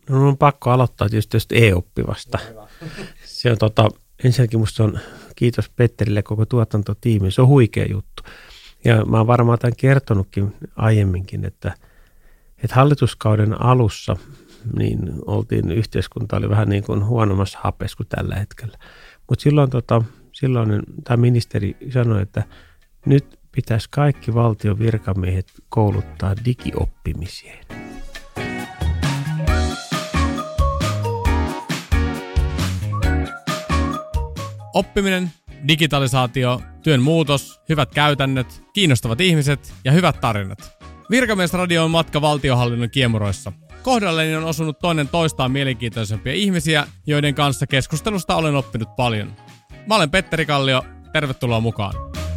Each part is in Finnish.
No, on pakko aloittaa tietysti tästä e-oppivasta. Se on ensinnäkin musta on, kiitos Petterille koko tuotantotiimi, se on huikea juttu. Ja mä oon varmaan tämän kertonutkin aiemminkin, että hallituskauden alussa niin yhteiskunta oli vähän niin kuin huonommassa hapessa kuin tällä hetkellä. Mutta silloin tämä ministeri sanoi, että nyt pitäisi kaikki valtion virkamiehet kouluttaa digioppimiseen. Oppiminen, digitalisaatio, työn muutos, hyvät käytännöt, kiinnostavat ihmiset ja hyvät tarinat. Virkamiesradio on matka valtionhallinnon kiemuroissa. Kohdalleni on osunut toinen toistaan mielenkiintoisempia ihmisiä, joiden kanssa keskustelusta olen oppinut paljon. Mä olen Petteri Kallio, tervetuloa mukaan.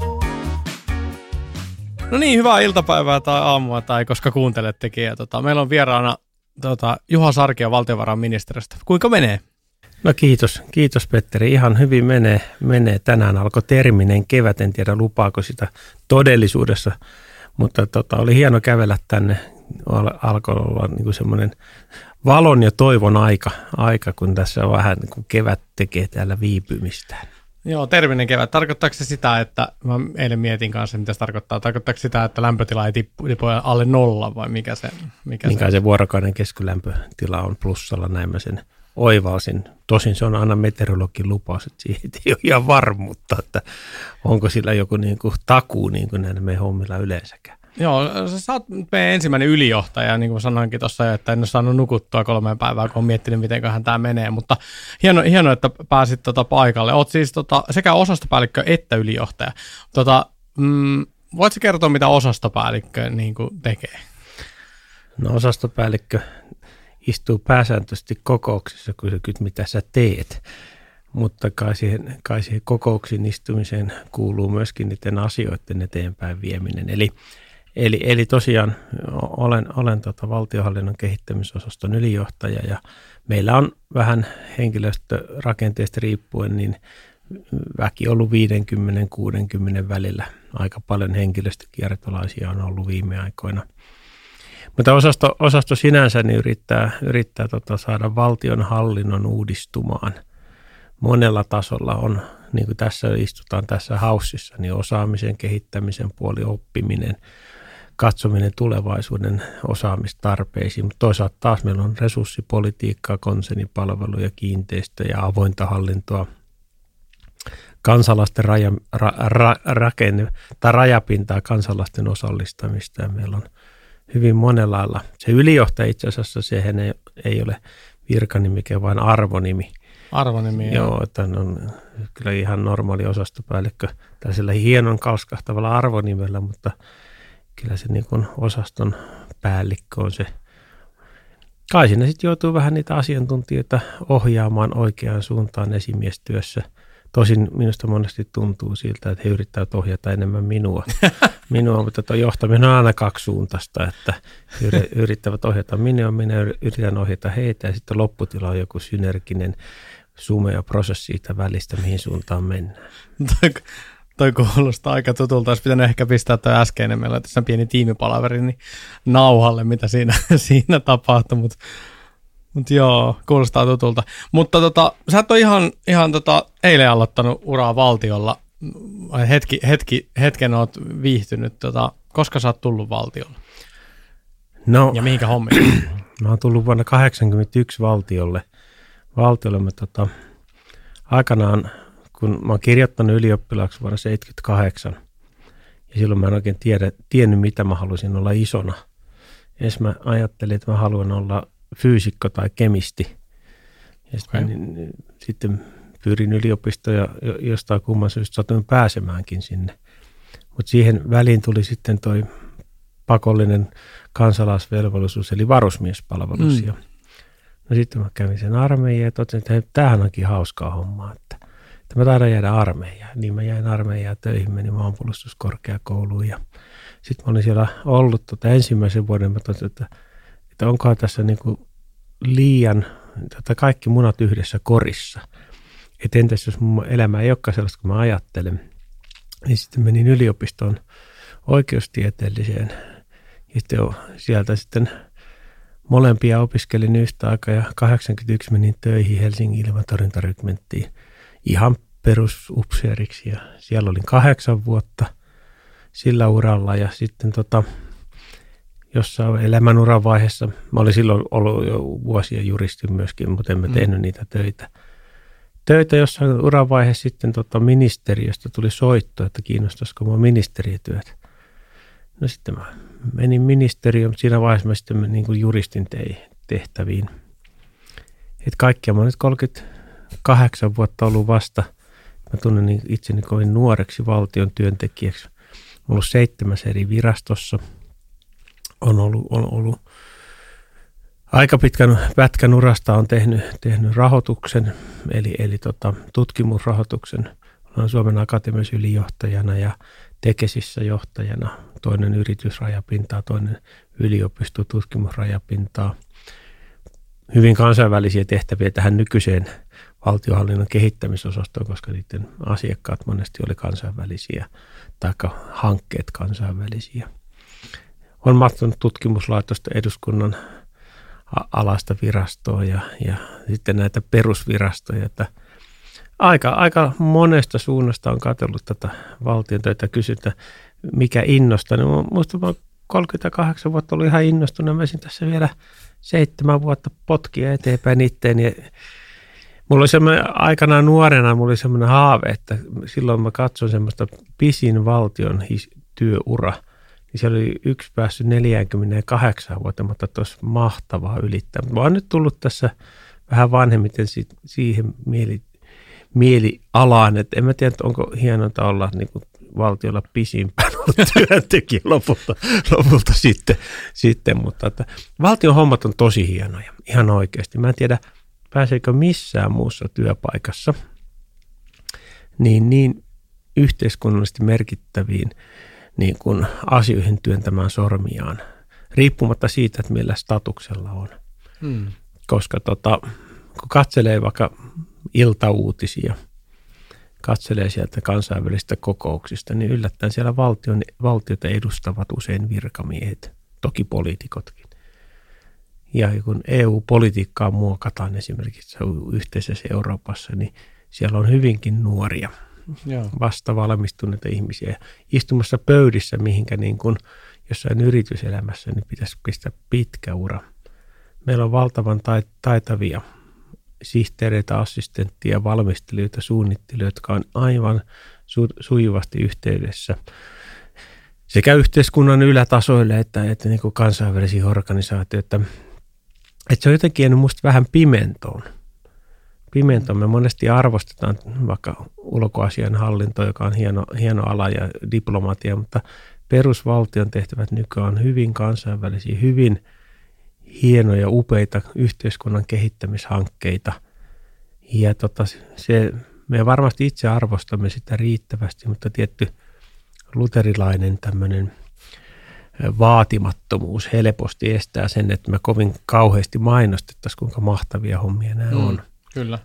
No niin, hyvää iltapäivää tai aamua tai koska kuuntelettekin. Meillä on vieraana Juha Sarkio valtiovarainministeriöstä. Kuinka menee? No kiitos Petteri. Ihan hyvin menee. Tänään alkoi terminen kevät, en tiedä lupaako sitä todellisuudessa, mutta oli hieno kävellä tänne. Alkoi olla niin kuin semmoinen valon ja toivon aika, kun tässä on vähän niin kuin kevät tekee täällä viipymistään. Joo, terminen kevät. Tarkoittaako se sitä, että mä eilen mietin kanssa, mitä se tarkoittaa? Tarkoittaako sitä, että lämpötila ei tipu alle 0 vai mikä se vuorokauden keskilämpötila on plussalla, näin mä sen oivalsin. Tosin se on aina meteorologin lupaus, että siihen ei ole ihan varmuutta, että onko sillä joku niin kuin takuu niin kuin näin meidän hommilla yleensäkään. Joo, sä oot meidän ensimmäinen ylijohtaja, niin kuin sanoinkin tuossa, että en ole saanut nukuttua 3 päivää, kun olen miettinyt, mitenköhän tämä menee, mutta hieno että pääsit paikalle. Oot siis sekä osastopäällikkö että ylijohtaja. Voitko kertoa, mitä osastopäällikkö niin kuin tekee? No, osastopäällikkö istuu pääsääntöisesti kokouksissa, kun sä kysyt, mitä sä teet. Mutta kai siihen kokouksiin istumiseen kuuluu myöskin niiden asioiden eteenpäin vieminen. Eli tosiaan olen valtionhallinnon kehittämisosaston ylijohtaja ja meillä on vähän henkilöstörakenteesta riippuen niin väki ollut 50-60 välillä. Aika paljon henkilöstökiertolaisia on ollut viime aikoina. Mutta osasto sinänsä niin yrittää saada valtionhallinnon uudistumaan. Monella tasolla on, niin kuin istutaan tässä haussissa, niin osaamisen kehittämisen puoli, oppiminen, katsominen tulevaisuuden osaamistarpeisiin, mutta toisaalta taas meillä on resurssipolitiikkaa, konsernipalveluja, kiinteistöjä, avointa hallintoa, kansalaisten rajapintaa, kansalaisten osallistamista ja meillä on hyvin monella lailla. Se ylijohtaja itse asiassa, sehän ei ole virkanimike, vaan arvonimi. Arvonimi, joo. Että on kyllä ihan normaali osastopäällikkö tällaisella hienon kalskahtavalla arvonimellä, mutta kyllä se niin kuin osaston päällikkö on se. Kai siinä sitten joutuu vähän niitä asiantuntijoita ohjaamaan oikeaan suuntaan esimiestyössä. Tosin minusta monesti tuntuu siltä, että he yrittävät ohjata enemmän minua, mutta tuo johtaminen on aina kaksisuuntaista, että yrittävät ohjata minä yritän ohjata heitä ja sitten lopputila on joku synerginen sumea prosessi siitä välistä, mihin suuntaan mennään. Toi kuulostaa aika tutulta. Olisi pitänyt ehkä pistää toi äskeinen. Meillä on tässä pieni tiimipalaveri niin nauhalle, mitä siinä tapahtui, mutta joo, kuulostaa tutulta. Mutta sä et ole ihan eilen aloittanut uraa valtiolla. Hetken oot viihtynyt. Koska sä oot tullut valtiolle? No, ja mihinkä hommiin? Mä oon tullut vuonna 1981 valtiolle. Mä aikanaan, kun mä oon kirjoittanut ylioppilaaksi vuonna 1978, ja silloin mä en oikein tiennyt, mitä mä halusin olla isona. Ensin mä ajattelin, että mä haluan olla fyysikko tai kemisti. Ja sitten pyrin yliopistoon ja jostain kumman syystä satuin pääsemäänkin sinne. Mutta siihen väliin tuli sitten toi pakollinen kansalaisvelvollisuus, eli varusmiespalvelus. No sitten mä kävin sen armeijan ja totesin, että tämähän onkin hauskaa hommaa, että mä taidan jäädä armeijaan. Niin mä jäin armeijaan töihin, menin maanpuolustuskorkeakouluun ja sitten mä olin siellä ollut ensimmäisen vuoden, mä totesin, että onkohan tässä niinku liian kaikki munat yhdessä korissa. Että entäs jos mun elämä ei olekaan sellaista kuin mä ajattelen. Niin sitten menin yliopistoon oikeustieteelliseen. Ja sieltä sitten molempia opiskelin yhtä aikaa ja 81 menin töihin Helsingin ilmatorjuntarykmenttiin ihan perusupseeriksi ja siellä olin 8 vuotta sillä uralla ja sitten jossain elämänuran vaiheessa, mä olin silloin ollut jo vuosia juristi myöskin, mutta en mä tehnyt niitä töitä jossain uran vaiheessa sitten ministeriöstä tuli soitto, että kiinnostaisiko mua ministeriötyöt. No sitten mä menin ministeriöön, mutta siinä vaiheessa mä sitten niin kuin juristin tehtäviin. Et kaikkia mä oon nyt 38 vuotta ollut vasta. Mä tunnen itseni kovin nuoreksi valtion työntekijäksi. Mä oon ollut 7 eri virastossa. On ollut aika pitkän pätkän urasta on tehnyt rahoituksen, eli tutkimusrahoituksen. Olen Suomen Akatemiassa ylijohtajana ja Tekesissä johtajana. Toinen yritysrajapintaa, toinen yliopistotutkimusrajapintaa. Hyvin kansainvälisiä tehtäviä tähän nykyiseen valtionhallinnon kehittämisosastoon, koska niiden asiakkaat monesti oli kansainvälisiä tai hankkeet kansainvälisiä. Olen matkunut tutkimuslaitosta eduskunnan alasta virastoa ja sitten näitä perusvirastoja, että aika monesta suunnasta on katsellut tätä valtion töitä ja kysynyt, mikä innostaa. Minusta mä 38 vuotta ollut ihan innostunut. Mä olisin tässä vielä 7 vuotta potkia eteenpäin itteeni. Mulla oli semmoinen, aikanaan nuorena mulla oli semmoinen haave, että silloin mä katsoin semmoista pisin valtion työura. Niin siellä oli yksi päässyt 48 vuotta, mutta tuossa mahtavaa ylittää. Mä oon nyt tullut tässä vähän vanhemmiten siihen mielialaan, että en mä tiedä, onko hienonta olla niin kuin valtiolla pisimpään työntekijä lopulta sitten, mutta että valtion hommat on tosi hienoja, ihan oikeasti. Mä en tiedä, pääseekö missään muussa työpaikassa niin yhteiskunnallisesti merkittäviin niin kuin asioihin työntämään sormiaan, riippumatta siitä, että millä statuksella on. Koska kun katselee vaikka iltauutisia, katselee sieltä kansainvälisistä kokouksista, niin yllättäen siellä valtiota edustavat usein virkamiehet, toki poliitikotkin. Ja kun EU-politiikkaa muokataan esimerkiksi yhteisessä Euroopassa, niin siellä on hyvinkin nuoria, vasta valmistuneita ihmisiä istumassa pöydissä, mihinkä niin kuin jossain yrityselämässä niin pitäisi pistää pitkä ura. Meillä on valtavan taitavia sihteereitä, assistenttia, valmistelijoita, suunnittelijoita, jotka on aivan sujuvasti yhteydessä sekä yhteiskunnan ylätasoille että niin kuin kansainvälisiin organisaatioihin. Että se on jotenkin jäänyt musta vähän pimentoon. Me monesti arvostetaan vaikka ulkoasian hallinto, joka on hieno ala ja diplomatia, mutta perusvaltion tehtävät nykyään on hyvin kansainvälisiä, hyvin hienoja, upeita yhteiskunnan kehittämishankkeita. Ja me varmasti itse arvostamme sitä riittävästi, mutta tietty luterilainen tämmöinen vaatimattomuus helposti estää sen, että me kovin kauheasti mainostettaisiin, kuinka mahtavia hommia nämä on. Kyllä.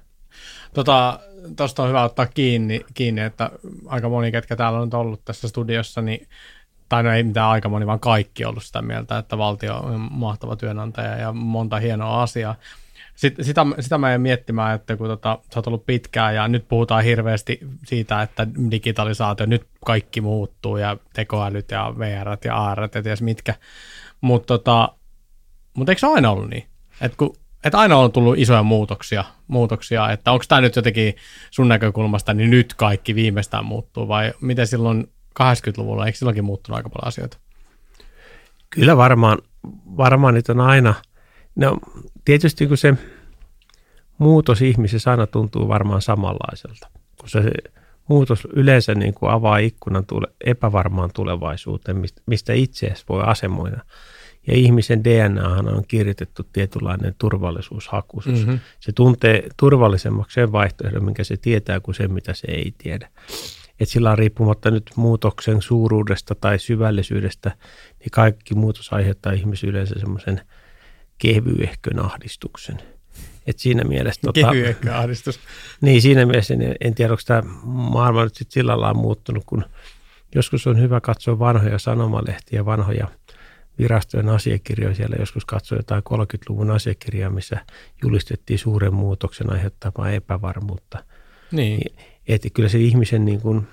Tuosta on hyvä ottaa kiinni, että aika moni, ketkä täällä on ollut tässä studiossa, niin, tai no ei mitään aika moni, vaan kaikki on ollut sitä mieltä, että valtio on mahtava työnantaja ja monta hienoa asiaa. Sitä mä en miettimään, että kun sä oot ollut pitkään ja nyt puhutaan hirveästi siitä, että digitalisaatio, nyt kaikki muuttuu ja tekoälyt ja VR:t ja AR:t ja ties mitkä, mutta eikö se aina ollut niin? Että aina on tullut isoja muutoksia, että onko tämä nyt jotenkin sun näkökulmasta, niin nyt kaikki viimeistään muuttuu, vai miten silloin 80-luvulla, eikö silloinkin muuttunut aika paljon asioita? Kyllä varmaan niitä on aina. No tietysti kun se muutos ihmisessä aina tuntuu varmaan samanlaiselta, kun se muutos yleensä niin kuin avaa ikkunan epävarmaan tulevaisuuteen, mistä itse asiassa voi asemoida. Ja ihmisen DNAhan on kirjoitettu tietynlainen turvallisuushakuisuus. Mm-hmm. Se tuntee turvallisemmaksi sen vaihtoehdon, minkä se tietää, kuin sen, mitä se ei tiedä. Et sillä on riippumatta nyt muutoksen suuruudesta tai syvällisyydestä, niin kaikki muutos aiheuttaa ihmisille yleensä semmoisen kevyehkön ahdistuksen. Et siinä mielessä kevyehkön ahdistus. Niin, siinä mielessä en tiedä, onko tämä maailma nyt sillä lailla muuttunut, kun joskus on hyvä katsoa vanhoja sanomalehtiä, vanhoja virastojen asiakirjoja. Siellä joskus katsoi jotain 30-luvun asiakirjaa, missä julistettiin suuren muutoksen aiheuttamaa epävarmuutta. Niin. Että kyllä se ihmisen niin kuin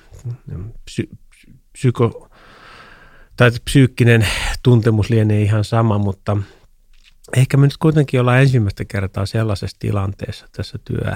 psyykkinen tuntemus lienee ihan sama, mutta ehkä me nyt kuitenkin ollaan ensimmäistä kertaa sellaisessa tilanteessa tässä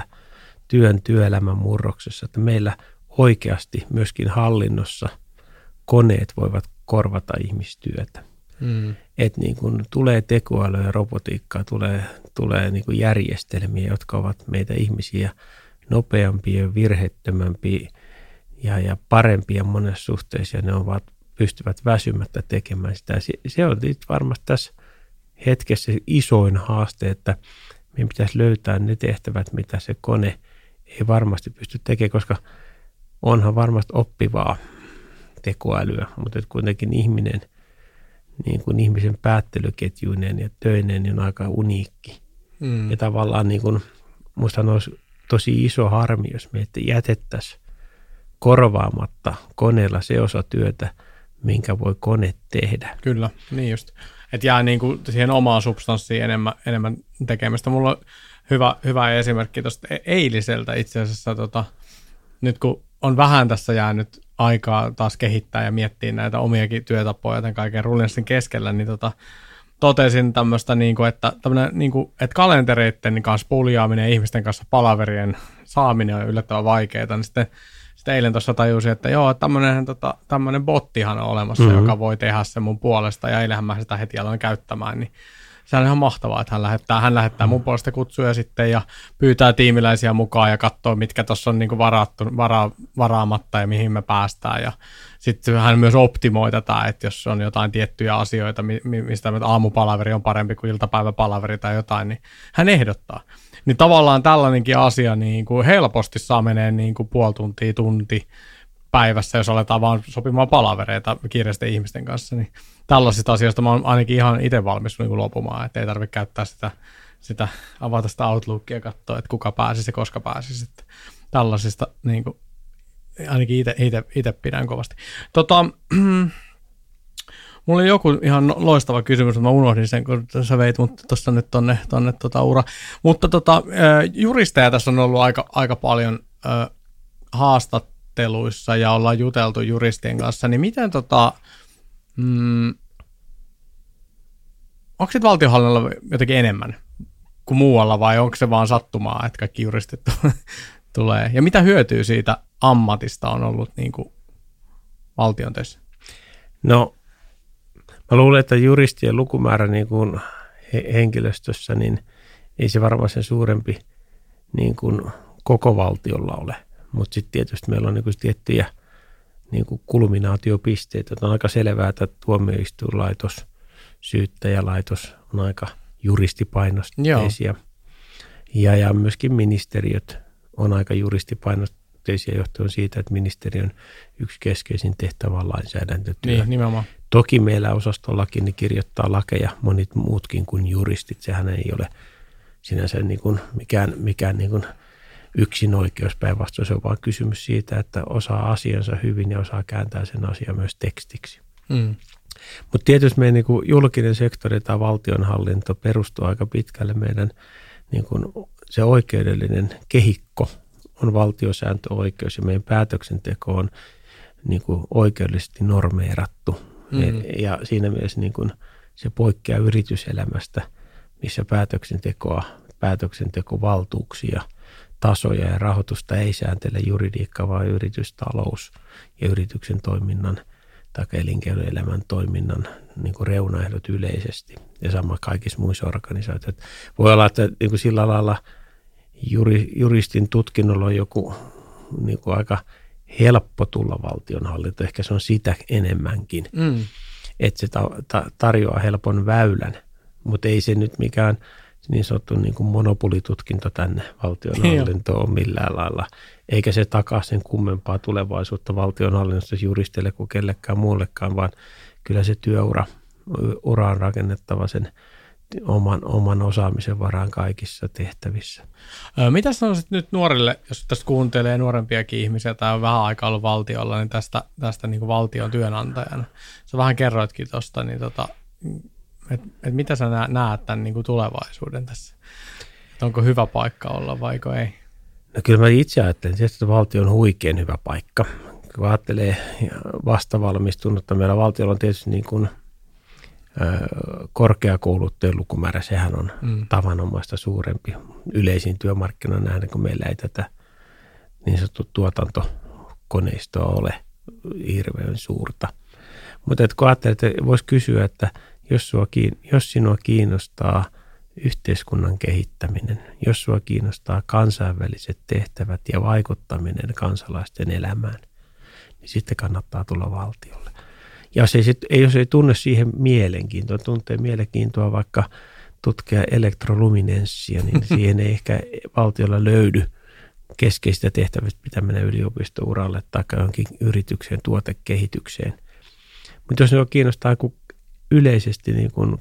työelämän murroksessa, että meillä oikeasti myöskin hallinnossa koneet voivat korvata ihmistyötä. Että niin kun tulee tekoälyä ja robotiikkaa, tulee niin kun järjestelmiä, jotka ovat meitä ihmisiä nopeampia, virheettömämpiä ja parempia monessa suhteessa, ja ne pystyvät väsymättä tekemään sitä. Se on varmasti tässä hetkessä isoin haaste, että meidän pitäisi löytää ne tehtävät, mitä se kone ei varmasti pysty tekemään, koska onhan varmasti oppivaa tekoälyä, mutta kuitenkin ihminen, niin kuin ihmisen päättelyketjuinen ja töinen, niin on aika uniikki. Ja tavallaan niin kuin, musta olisi tosi iso harmi, jos me jätettäisiin korvaamatta koneella se osa työtä, minkä voi kone tehdä. Kyllä, niin just. Että jää niin kuin siihen omaan substanssiin enemmän tekemistä. Mulla on hyvä esimerkki tuosta eiliseltä itse asiassa. Nyt kun on vähän tässä jäänyt aikaa taas kehittää ja miettiä näitä omiakin työtapoja tämän kaiken rullinssin keskellä, niin totesin tämmöistä, että kalentereiden kanssa puljaaminen ja ihmisten kanssa palaverien saaminen on yllättävän vaikeaa. Niin sitten eilen tuossa tajusin, että joo, tämmöinen bottihan on olemassa, joka voi tehdä sen mun puolesta, ja eilenhän mä sitä heti aloin käyttämään, niin se on ihan mahtavaa, että hän lähettää mun puolesta kutsuja sitten ja pyytää tiimiläisiä mukaan ja katsoo, mitkä tuossa on niinku varaamatta ja mihin me päästään. Ja sitten hän myös optimoi tätä, että jos on jotain tiettyjä asioita, mistä aamupalaveri on parempi kuin iltapäiväpalaveri tai jotain, niin hän ehdottaa. Niin tavallaan tällainenkin asia niin kuin helposti saa menee niin kuin puoli tunti päivässä, jos aletaan vaan sopimaan palavereita kiireisten ihmisten kanssa, niin tällaisista asioista mä oon ainakin ihan itse valmis niin kuin lopumaan, että ei tarvitse käyttää sitä avata sitä Outlookia ja katsoa, että kuka pääsisi ja koska pääsisi. Että tällaisista niin kuin, ainakin itse pidän kovasti. Mulla oli joku ihan loistava kysymys, mutta mä unohdin sen, kun sä veit mut tuossa nyt tonne ura. Mutta juristeja tässä on ollut aika paljon haastatteluissa ja ollaan juteltu juristien kanssa, niin miten onko sitten valtionhallinnolla jotenkin enemmän kuin muualla vai onko se vaan sattumaa, että kaikki juristit tulee? Ja mitä hyötyä siitä ammatista on ollut niin kuin valtion töissä? No, mä luulen, että juristien lukumäärä niin kuin henkilöstössä, niin ei se varmaan sen suurempi niin kuin koko valtiolla ole. Mutta sitten tietysti meillä on niin kuin tiettyjä niin kuin kulminaatiopisteitä. On aika selvää, että tuomioistuinlaitos, syyttäjälaitos on aika juristipainotteisia. Ja myöskin ministeriöt on aika juristipainotteisia johtuen siitä, että ministeriön yksi keskeisin tehtävä on lainsäädäntötyö. Niin, nimenomaan. Toki meillä osastollakin niin kirjoittaa lakeja monet muutkin kuin juristit. Sehän ei ole sinänsä niin kuin mikään niin kuin yksin oikeus, päinvastoin. Se on vaan kysymys siitä, että osaa asiansa hyvin ja osaa kääntää sen asian myös tekstiksi. Mutta tietysti meidän niin kuin julkinen sektori tai valtionhallinto perustuu aika pitkälle meidän niin kuin se oikeudellinen kehikko on valtiosääntöoikeus ja meidän päätöksenteko on niin kuin oikeudellisesti normeerattu. Ja siinä mielessä niin kuin se poikkeaa yrityselämästä, missä päätöksentekovaltuuksia, tasoja ja rahoitusta ei sääntele juridiikka, vaan yritystalous ja yrityksen toiminnan tai elinkeinoelämän toiminnan niin kuin reunaehdot yleisesti. Ja sama kaikissa muissa organisaatioissa. Voi olla, että niin kuin sillä lailla juristin tutkinnolla on joku niin kuin aika helppo tulla valtionhallinto. Ehkä se on sitä enemmänkin, että se tarjoaa helpon väylän, mutta ei se nyt mikään niin sanottu niin kuin monopolitutkinto tänne valtionhallintoon on millään lailla. Eikä se takaa sen kummempaa tulevaisuutta valtionhallinnossa juristille kuin kellekään muullekaan, vaan kyllä se työura on rakennettava sen oman osaamisen varaan kaikissa tehtävissä. Mitä sanoisit nyt nuorille, jos tästä kuuntelee nuorempiakin ihmisiä tai on vähän aikaa ollut valtiolla, niin tästä niin kuin valtion työnantajana? Sä vähän kerroitkin tuosta, niin mitä sä näet tämän niin kuin tulevaisuuden tässä? Että onko hyvä paikka olla vaiko ei? No kyllä mä itse ajattelen, että valtio on huikean hyvä paikka. Kun ajattelee vastavalmistunutta, meillä valtiolla on tietysti niin kuin korkeakouluttajien lukumäärä, sehän on tavanomaista suurempi yleisin työmarkkinoilla nähdä, kun meillä ei tätä niin sanottu tuotantokoneistoa ole hirveän suurta. Mutta kun ajattelee, että voisi kysyä, että jos sinua kiinnostaa yhteiskunnan kehittäminen, jos sinua kiinnostaa kansainväliset tehtävät ja vaikuttaminen kansalaisten elämään, niin sitten kannattaa tulla valtiolle. Ja jos ei tunne siihen mielenkiintoa, tuntee mielenkiintoa vaikka tutkia elektroluminenssia, niin siihen ei ehkä valtiolla löydy keskeistä tehtävistä, pitää mennä yliopistouralle tai johonkin yritykseen, tuotekehitykseen. Mutta jos ne kiinnostaa yleisesti niin kuin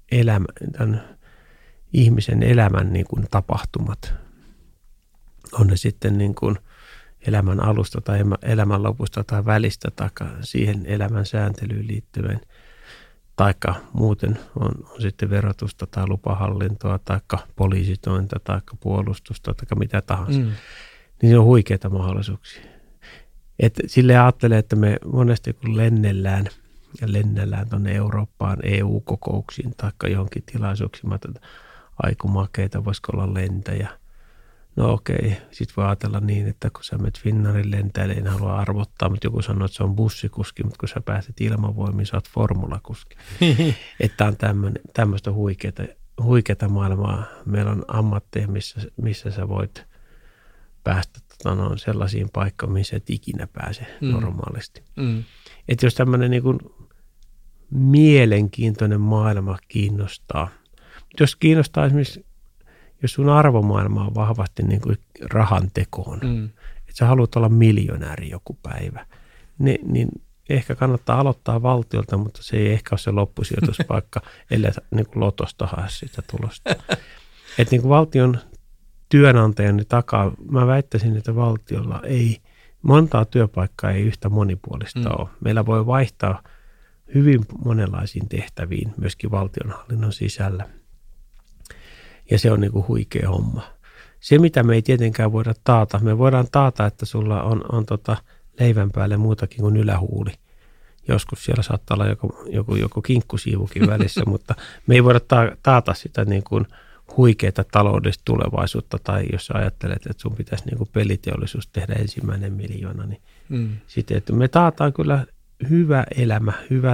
ihmisen elämän niin kuin tapahtumat, on ne sitten niin kuin elämän alusta tai elämän lopusta tai välistä tai siihen elämän sääntelyyn liittyen, taikka muuten on sitten verotusta tai lupahallintoa tai poliisitointa tai puolustusta tai mitä tahansa, niin se on huikeita mahdollisuuksia. Et silleen ajattelee, että me monesti kun lennellään tuonne Eurooppaan EU-kokouksiin tai johonkin tilaisuuksiin, mä aikumakeita, voisiko olla lentäjä. No okei, sit voi ajatella niin, että kun sä menet Finnairin lentäjälle, en halua arvottaa, mutta joku sanoo, että se on bussikuski, mutta kun sä pääset ilmavoimiin, sä oot formulakuski. Että on tämmöistä huikeata maailmaa. Meillä on ammatteja, missä sä voit päästä sellaisiin paikkoihin, missä et ikinä pääse normaalisti. Että jos tämmöinen niin kuin mielenkiintoinen maailma kiinnostaa, mutta jos kiinnostaa esimerkiksi, jos sun arvomaailma on vahvasti niin kuin rahan tekoon, että sä haluat olla miljonääri joku päivä, niin ehkä kannattaa aloittaa valtiolta, mutta se ei ehkä ole se loppusijoituspaikka, ellei niin kuin lotosta hae sitä tulosta. Että niin kuin valtion työnantajani takaa, mä väittäisin, että valtiolla ei, montaa työpaikkaa ei yhtä monipuolista ole. Meillä voi vaihtaa hyvin monenlaisiin tehtäviin, myöskin valtionhallinnon sisällä. Ja se on niin kuin huikea homma. Se, mitä me ei tietenkään voida taata, me voidaan taata, että sulla on leivän päälle muutakin kuin ylähuuli. Joskus siellä saattaa olla joku kinkkusiivukin välissä, mutta me ei voida taata sitä niin kuin huikeaa taloudellista tulevaisuutta. Tai jos ajattelet, että sun pitäisi niin kuin peliteollisuus tehdä ensimmäinen miljoona, niin sitten, että me taataan kyllä hyvä elämä,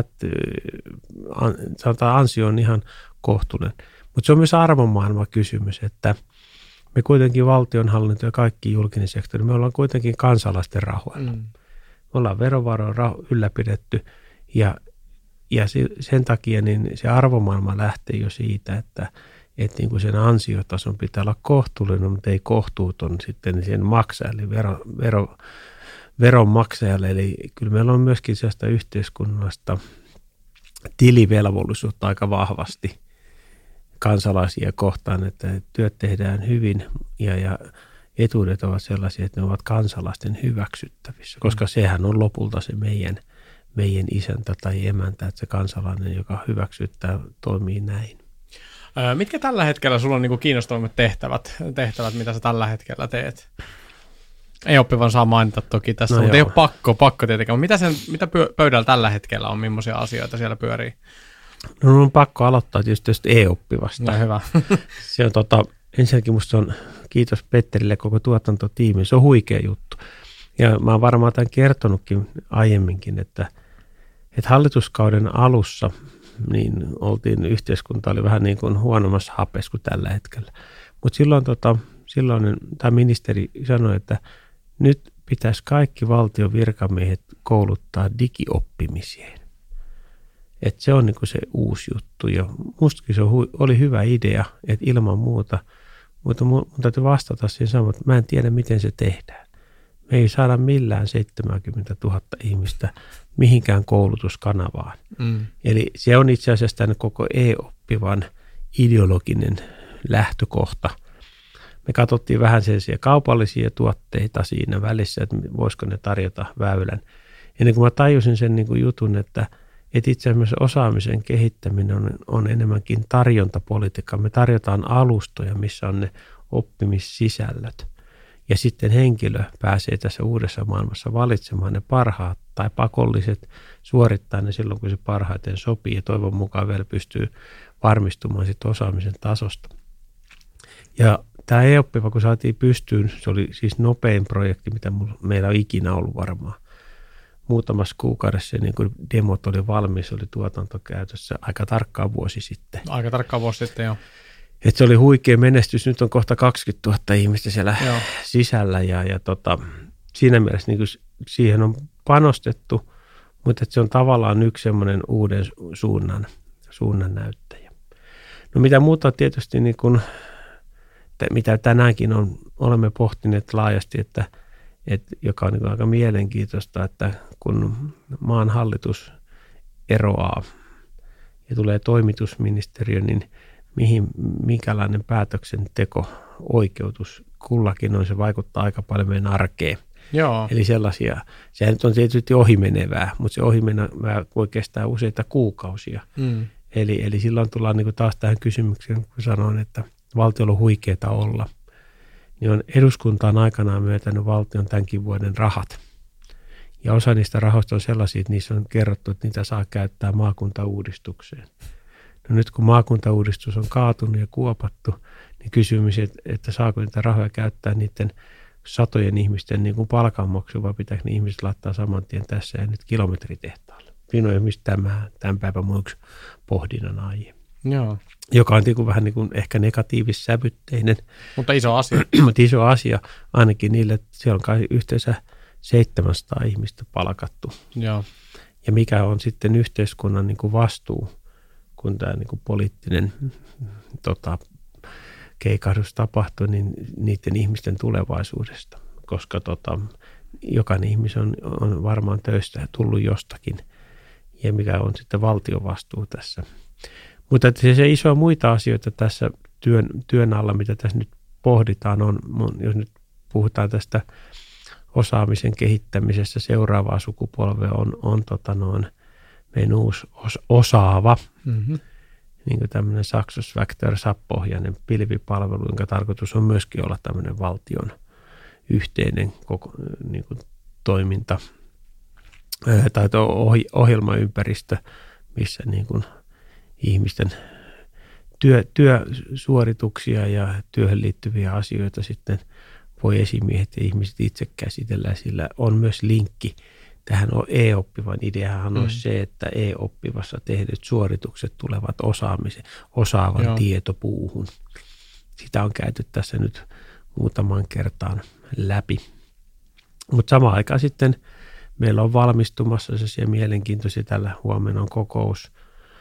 sanotaan ansio on ihan kohtuullinen. Mutta se on myös arvomaailma kysymys, että me kuitenkin valtionhallinto ja kaikki julkinen sektori, me ollaan kuitenkin kansalaisten rahoilla. Me ollaan verovaroja ylläpidetty ja sen takia niin se arvomaailma lähtee jo siitä, että niin kuin sen ansiotason pitää olla kohtuullinen, mutta ei kohtuuton sitten sen maksajalle, veronmaksajalle. Eli kyllä meillä on myöskin sellaista yhteiskunnallista tilivelvollisuutta aika vahvasti kansalaisia kohtaan, että työt tehdään hyvin ja etuudet ovat sellaisia, että ne ovat kansalaisten hyväksyttävissä, koska sehän on lopulta se meidän isäntä tai emäntä, että se kansalainen, joka hyväksyttää, toimii näin. Mitkä tällä hetkellä sulla on niin kuin kiinnostavimmat tehtävät, mitä sä tällä hetkellä teet? Ei oppivan saa mainita toki tässä, mutta ei ole pakko tietenkään. Mitä pöydällä tällä hetkellä on, millaisia asioita siellä pyörii? No on pakko aloittaa tietysti e-oppivasta. No hyvä. Se on ensinnäkin musta on, kiitos Petterille koko tuotantotiimi, se on huikea juttu. Ja mä oon varmaan tämän kertonutkin aiemminkin, että hallituskauden alussa niin yhteiskunta oli vähän niin kuin huonommassa hapessa kuin tällä hetkellä. Mutta silloin tämä ministeri sanoi, että nyt pitäisi kaikki valtion virkamiehet kouluttaa digioppimiseen. Että se on niin kuin se uusi juttu ja mustakin se oli hyvä idea, että ilman muuta, mutta mun täytyy vastata siihen samaan, että mä en tiedä miten se tehdään. Me ei saada millään 70 000 ihmistä mihinkään koulutuskanavaan. Eli se on itse asiassa tämän koko e-oppivan ideologinen lähtökohta. Me katsottiin vähän sellaisia kaupallisia tuotteita siinä välissä, että voisiko ne tarjota väylän. Ennen kuin mä tajusin sen niin kuin jutun, että Että itse asiassa osaamisen kehittäminen on enemmänkin tarjontapolitiikka. Me tarjotaan alustoja, missä on ne oppimissisällöt. Ja sitten henkilö pääsee tässä uudessa maailmassa valitsemaan ne parhaat tai pakolliset, suorittaa ne silloin, kun se parhaiten sopii. Ja toivon mukaan vielä pystyy varmistumaan sitten osaamisen tasosta. Ja tämä e-oppiva, kun saatiin pystyyn, se oli siis nopein projekti, mitä meillä on ikinä ollut varmaan. Muutamassa kuukaudessa niin kun demot oli valmis, oli tuotantokäytössä aika tarkkaan vuosi sitten. Aika tarkkaan vuosi sitten, joo. Et se oli huikea menestys. Nyt on kohta 20 000 ihmistä siellä sisällä ja siinä mielessä niin siihen on panostettu, mutta se on tavallaan yksi semmoinen uuden suunnan näyttäjä. No mitä muuta tietysti, niin kun, mitä tänäänkin olemme pohtineet laajasti, että joka on niin aika mielenkiintoista, että kun maan hallitus eroaa ja tulee toimitusministeriö, niin minkälainen päätöksenteko-oikeutus kullakin on, se vaikuttaa aika paljon meidän arkeen. Joo. Eli sellaisia, sehän nyt on tietysti ohimenevää, mutta se ohimenevää voi kestää useita kuukausia. Eli silloin tullaan niin kuin taas tähän kysymykseen, kun sanoin, että valtiolla on huikeaa olla, niin on eduskuntaan aikanaan myöntänyt valtion tämänkin vuoden rahat. Ja osa niistä rahoista on sellaisia, että niissä on kerrottu, että niitä saa käyttää maakuntauudistukseen. No nyt kun maakuntauudistus on kaatunut ja kuopattu, niin kysymys, että saako niitä rahoja käyttää niiden satojen ihmisten niin kuin palkanmaksuun, vai pitääkö ne ihmiset laittaa saman tien tässä ja nyt kilometritehtaalle. Siinä on esimerkiksi tämän päivän mun yksi pohdinnan aihe. Joo. Joka on vähän niin kuin ehkä negatiivissävytteinen. Mutta iso asia. Mutta iso asia ainakin niille, että siellä on kai yhteensä 700 ihmistä palkattu. Joo. Ja mikä on sitten yhteiskunnan niin kuin vastuu, kun tämä niin kuin poliittinen keikahdus tapahtui, niin niiden ihmisten tulevaisuudesta. Koska jokainen ihminen on varmaan töistä tullut jostakin. Ja mikä on sitten valtion vastuu tässä. Mutta se iso muita asioita tässä työn alla, mitä tässä nyt pohditaan, on, jos nyt puhutaan tästä osaamisen kehittämisessä seuraavaa sukupolvea, on meidän uusi osaava, niin kuin tämmöinen Successfactors SAP-pohjainen pilvipalvelu, jonka tarkoitus on myöskin olla tämmöinen valtion yhteinen niin kuin toiminta tai ohjelmaympäristö, missä niin kuin ihmisten työsuorituksia ja työhön liittyviä asioita sitten voi esimiehet ja ihmiset itse käsitellä. Sillä on myös linkki tähän e-oppivan ideahan on se, että e-oppivassa tehdyt suoritukset tulevat osaavan tietopuuhun. Sitä on käyty tässä nyt muutaman kertaan läpi. Mutta samaan aikaan sitten meillä on valmistumassa se mielenkiintoisia, tällä huomenna on kokous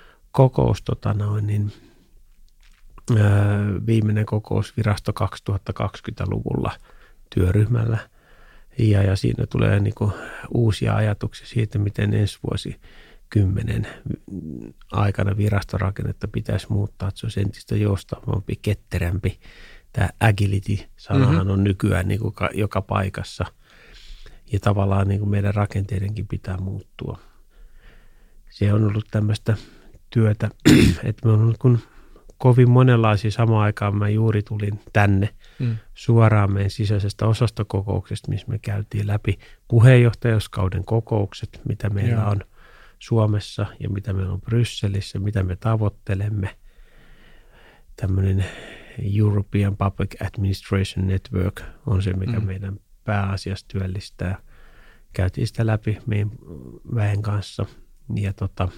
viimeinen kokous virasto 2020-luvulla työryhmällä. Ja siinä tulee niinku uusia ajatuksia siitä, miten ensi vuosikymmen aikana virastorakennetta pitäisi muuttaa, että se on entistä joustavampi, ketterämpi. Tämä agility-sanahan on nykyään niinku joka paikassa. Ja tavallaan niinku meidän rakenteidenkin pitää muuttua. Se on ollut tämmöistä työtä, että me on ollut kovin monenlaisia samaan aikaan. Mä juuri tulin tänne suoraan meidän sisäisestä osastokokouksesta, missä me käytiin läpi puheenjohtajuuskauden kokoukset, mitä meillä on Suomessa ja mitä meillä on Brysselissä, mitä me tavoittelemme. Tämmöinen European Public Administration Network on se, mikä meidän pääasiassa työllistää. Käytiin sitä läpi meidän väen kanssa ja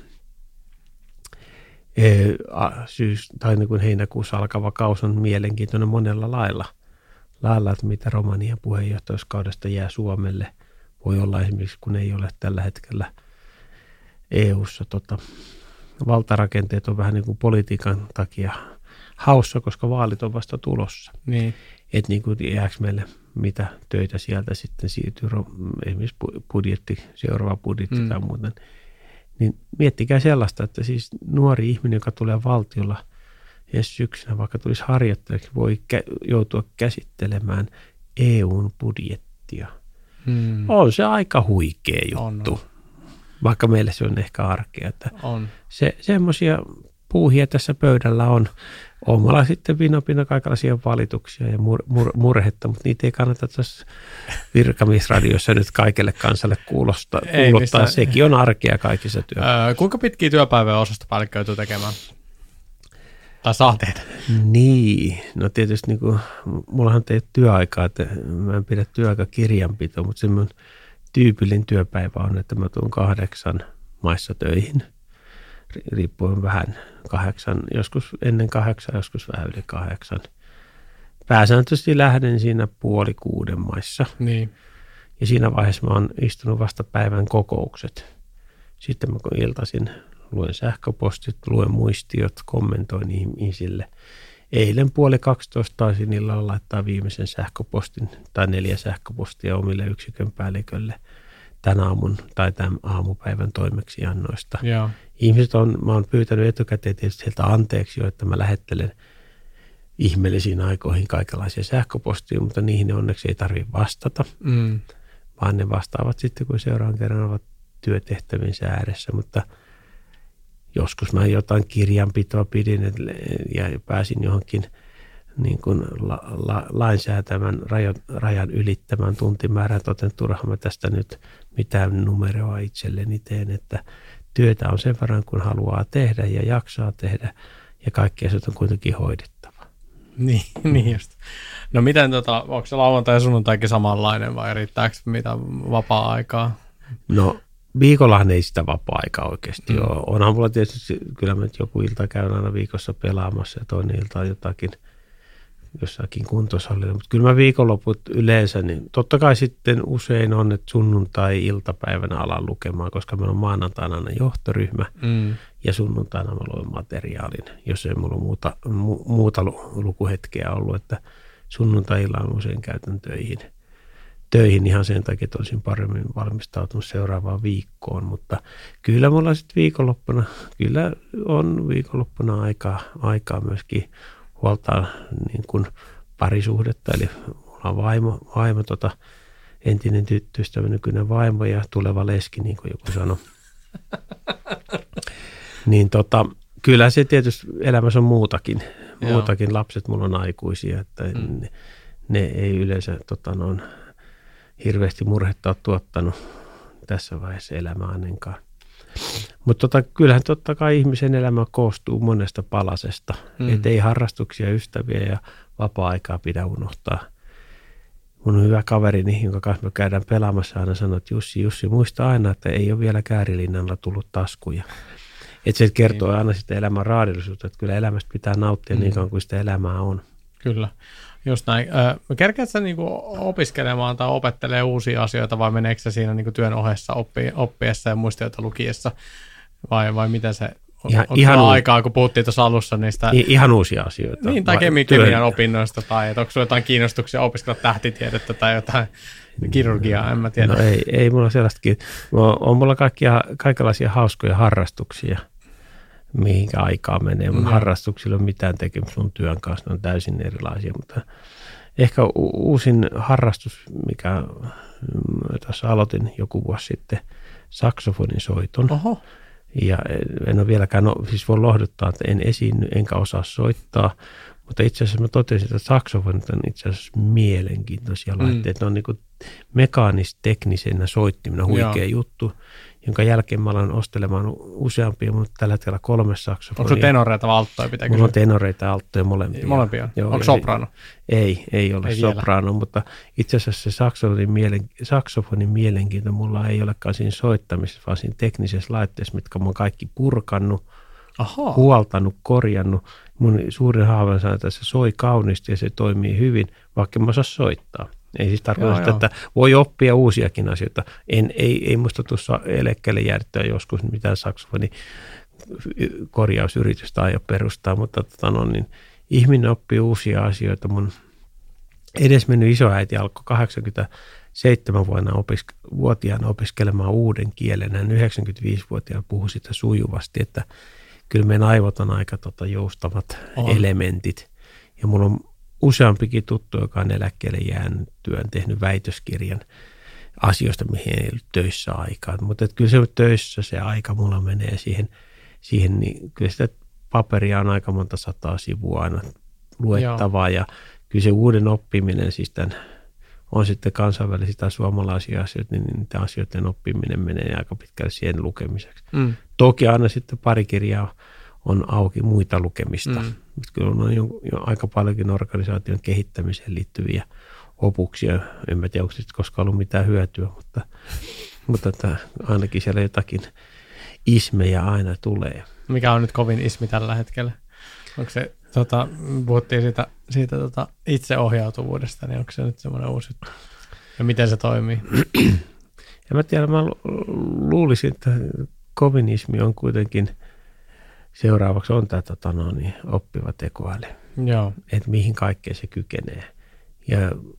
tai niin kuin heinäkuussa alkava kausi on mielenkiintoinen monella lailla, että mitä Romanian puheenjohtajuuskaudesta jää Suomelle. Voi olla esimerkiksi, kun ei ole tällä hetkellä EU:ssa valtarakenteet on vähän niin kuin politiikan takia haussa, koska vaalit on vasta tulossa. Niin. Että niin kuin jääkö meille mitä töitä sieltä sitten siirtyy, esimerkiksi seuraava budjetti tai muuten. Niin miettikää sellaista, että siis nuori ihminen, joka tulee valtiolla ensi syksynä, vaikka tulisi harjoittelijaksi, voi joutua käsittelemään EUn budjettia. On se aika huikea juttu. vaikka meille se on ehkä arkea. Että on. Semmoisia puuhia tässä pöydällä on. Omalla sitten vinopina kaikenlaisia valituksia ja murhetta, mutta niitä ei kannata tässä virkamiesradiossa nyt kaikelle kansalle kuuluttaa. Sekin on arkea kaikissa työpäivissä. Kuinka pitkiä työpäivää osastopäällikkö joutuu tekemään? Tai saa tehdä? Niin, no tietysti niin kuin, mullahan ei ole työaikaa, että mä en pidä työaikakirjanpitoa, mutta semmoinen tyypillinen työpäivä on, että mä tuun 8 maissa töihin. Riippuen vähän 8, joskus ennen 8, joskus vähän yli 8. Pääsääntöisesti lähden siinä 5:30 maissa. Niin. Ja siinä vaiheessa mä oon istunut vasta päivän kokoukset. Sitten mä kun iltaisin luen sähköpostit, luen muistiot, kommentoin ihmisille. Eilen 11:30 taisin illalla laittaa viimeisen sähköpostin tai 4 sähköpostia omille yksikön päällikölle tämän aamun tai tämän aamupäivän toimeksiannoista. Joo. Mä oon pyytänyt etukäteen tietysti sieltä anteeksi jo, että mä lähettelen ihmeellisiin aikoihin kaikenlaisia sähköpostia, mutta niihin onneksi ei tarvitse vastata, vaan ne vastaavat sitten, kun seuraavan kerran ovat työtehtävinsä ääressä, mutta joskus mä jotain kirjanpitoa pidin ja pääsin johonkin niin kuin lainsäätämän rajan ylittämään tuntimäärän, toten turhaan mä tästä nyt mitään numeroa itselleni teen, että työtä on sen verran, kun haluaa tehdä ja jaksaa tehdä ja kaikki asiat on kuitenkin hoidettava. Niin just. No miten, onko se lauantai ja sunnuntaikin samanlainen vai riittääkö mitä vapaa-aikaa? No viikollahan ei sitä vapaa-aikaa oikeasti ole. Onhan mulla tietysti, kyllä mä joku ilta käyn aina viikossa pelaamassa ja toinen ilta on jotakin jossakin kuntosalilla, mutta kyllä mä viikonloput yleensä, niin totta kai sitten usein on, että sunnuntai-iltapäivänä alan lukemaan, koska meillä on maanantaina aina johtoryhmä ja sunnuntaina mä luen materiaalin, jos ei mulla ole muuta lukuhetkeä ollut, että sunnuntai-illalla usein käytän töihin ihan sen takia, että olisin paremmin valmistautunut seuraavaan viikkoon, mutta kyllä mulla sitten viikonloppuna aikaa myöskin huoltaa niin kuin parisuhdetta, eli mulla on vaimo entinen tyttöystävä, nykyinen vaimo ja tuleva leski, niin kuin joku sanoi. Niin kyllä se tietysti elämässä on muutakin. Lapset mulla on aikuisia, että ne ei yleensä hirveästi murhetta ole tuottanut tässä vaiheessa elämää ainakaan. Mutta kyllähän totta kai ihmisen elämä koostuu monesta palasesta. Että ei harrastuksia, ystäviä ja vapaa-aikaa pidä unohtaa. Mun hyvä kaverini, jonka kanssa me käydään pelaamassa, aina sanoo, että Jussi, muista aina, että ei ole vielä Käärilinnalla tullut taskuja. Että se kertoo aina sitä elämän raadillisuutta, että kyllä elämästä pitää nauttia niin kauan kuin sitä elämää on. Kyllä. Just näin. Kerkeätkö sä niinku opiskelemaan tai opettelee uusia asioita vai meneekö sä siinä niinku työn ohessa oppiessa ja muistioita lukiessa? Vai miten se on aikaa, kun puhuttiin tuossa alussa niistä... Ihan uusia asioita. Niin, tai kemian opinnoista tai onko sulla jotain kiinnostuksia opiskella tähtitiedettä tai jotain kirurgiaa, en mä tiedä. No ei mulla sellaistakin. On mulla kaikenlaisia hauskoja harrastuksia, mihinkä aikaa menee. Mun harrastuksilla on mitään tekemistä mun työn kanssa, ne on täysin erilaisia, mutta ehkä uusin harrastus, mikä tässä aloitin joku vuosi sitten, saksofonin soiton. Oho. Ja en ole vieläkään, siis voi lohduttaa, että en esiinny enkä osaa soittaa, mutta itse asiassa mä totesin, että saksofonit on itse asiassa mielenkiintoisia laitteita. Ne on niin kuin mekaanis-teknisenä soittimena huikea juttu, jonka jälkeen mä alan ostelemaan useampia, mutta tällä hetkellä 3 saksofonia. Onko se tenoreita vai alttoja? Mulla on tenoreita ja alttoja molempia. Molempia? Joo, onko soprano? Ei ole soprano, mutta itse asiassa se saksofonin mielenkiinto mulla ei olekaan siinä soittamisessa, vaan siinä teknisessä laitteessa, mitkä mä oon kaikki purkannut, huoltanut, korjannut. Mun suurin haave on, että se soi kauniisti ja se toimii hyvin, vaikka mä osaa soittaa. Ei siis tarkoita, että voi oppia uusiakin asioita. Ei musta tuossa elekkeelle jäädyttää joskus mitään saksofonin korjausyritystä aio perustaa, mutta niin ihminen oppii uusia asioita. Mun edesmennyt isoäiti alkoi 87-vuotiaana opiskelemaan uuden kielen. Hän 95-vuotiaana puhui sitä sujuvasti, että kyllä meidän aivot on aika joustavat elementit. Ja mulla on useampikin tuttu, joka on eläkkeelle jäänyt työn, tehnyt väitöskirjan asioista, mihin ei ollut töissä aikaa. Mutta kyllä se töissä se aika mulla menee siihen niin kyllä sitä paperia on aika monta 100 sivua aina luettavaa. Ja kyllä se uuden oppiminen, siis on sitten kansainvälisiä tai suomalaisia asioita, niin niiden asioiden oppiminen menee aika pitkälle siihen lukemiseksi. Toki aina sitten pari kirjaa on auki muita lukemista. Kyllä on jo aika paljonkin organisaation kehittämiseen liittyviä opuksia. En mä tiedä, onko siitä koskaan ollut mitään hyötyä, mutta ainakin siellä jotakin ismejä aina tulee. Mikä on nyt kovin ismi tällä hetkellä? Onko se, puhuttiin siitä itseohjautuvuudesta, niin onko se nyt semmoinen uusi juttu? Ja miten se toimii? En mä tiedä, mä luulisin, että kovinismi on kuitenkin seuraavaksi on tämä oppiva tekoäly. Joo. Että mihin kaikkeen se kykenee. Ja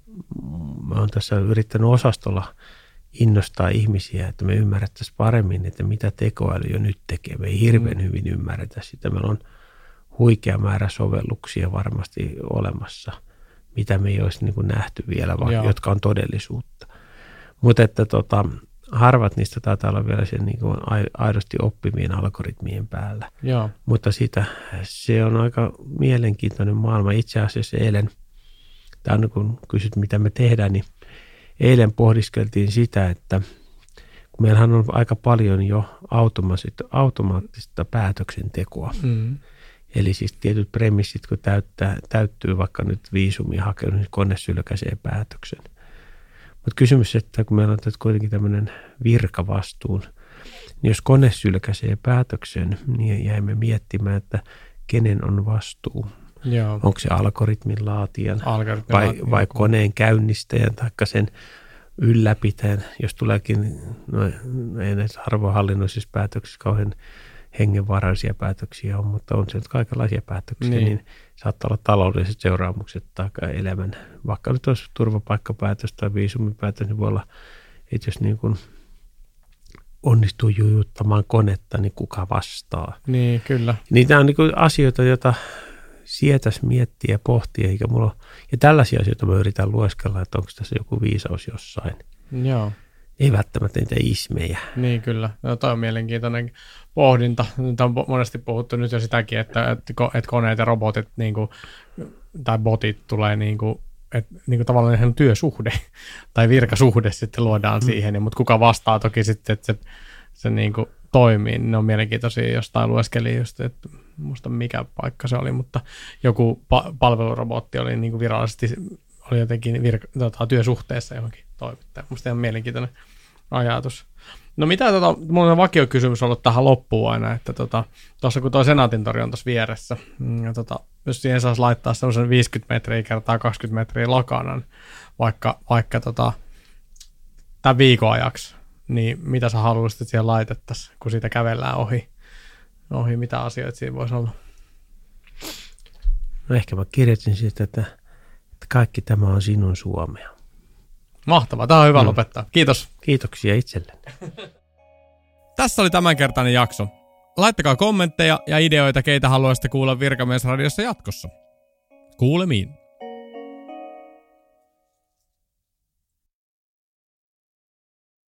mä oon tässä yrittänyt osastolla innostaa ihmisiä, että me ymmärrettäisiin paremmin, että mitä tekoäly jo nyt tekee. Me ei hirveän hyvin ymmärretä sitä. Meillä on huikea määrä sovelluksia varmasti olemassa, mitä me ei olisi niin kuin nähty vielä, jotka on todellisuutta. Mutta että harvat niistä taitaa olla vielä sen niin kuin aidosti oppimien algoritmien päällä. Joo. Mutta se on aika mielenkiintoinen maailma. Itse asiassa eilen, kun kysyt mitä me tehdään, niin eilen pohdiskeltiin sitä, että kun meillähän on aika paljon jo automaattista päätöksentekoa. Eli siis tietyt premissit, kun täyttyy vaikka nyt viisumia hakenut, niin kone sylkäisee päätöksen. Mutta kysymys, että kun meillä on kuitenkin tämmöinen virkavastuun, niin jos kone sylkäisee päätöksen, niin jäimme miettimään, että kenen on vastuu. Joo. Onko se algoritmin laatijan vai koneen käynnistäjän tai sen ylläpitäjän, jos tuleekin, ei näissä arvohallinnoisissa päätöksissä kauhean hengenvaraisia päätöksiä on, mutta on se nyt kaikenlaisia päätöksiä, niin saattaa olla taloudelliset seuraamukset tai elämän. Vaikka nyt olisi turvapaikkapäätös tai viisumipäätös, niin voi olla, että jos niin kuin onnistuu jujuttamaan konetta, niin kuka vastaa. Niin, kyllä. Niitä on niin kuin asioita, joita sietäisi miettiä ja pohtia, eikä mulla ja tällaisia asioita mä yritän lueskella, että onko tässä joku viisaus jossain. Joo. Ei välttämättä niitä ismejä. Niin kyllä. No, toi on mielenkiintoinen pohdinta. Nyt on monesti puhuttu nyt jo sitäkin, että koneet ja robotit tai botit tulee että tavallaan ihan työsuhde tai virkasuhde sitten luodaan siihen, mutta kuka vastaa toki sitten, että se toimii. Ne on mielenkiintoisia, jostain lueskelin just, että muista mikä paikka se oli, mutta joku palvelurobotti oli virallisesti oli jotenkin työsuhteessa johonkin toimittaja. Musta ihan mielenkiintoinen ajatus. No mitä, mulla on vakiokysymys ollut tähän loppuun aina, että tuossa kun tuo Senaatintori on tuossa vieressä, jos siihen saisi laittaa sellaisen 50 metriä kertaa 20 metriä lakanan, vaikka tämän viikon ajaksi, niin mitä sä haluaisit, että siihen laitettaisiin, kun siitä kävellään ohi, mitä asioita siinä voisi olla? No ehkä mä kirjoitin siitä, että kaikki tämä on sinun Suomea. Mahtavaa, tämä on hyvä lopettaa. Kiitos. Kiitoksia itselleni. Tässä oli tämänkertainen jakso. Laittakaa kommentteja ja ideoita, keitä haluaisitte kuulla Virkamiesradiossa jatkossa. Kuulemiin.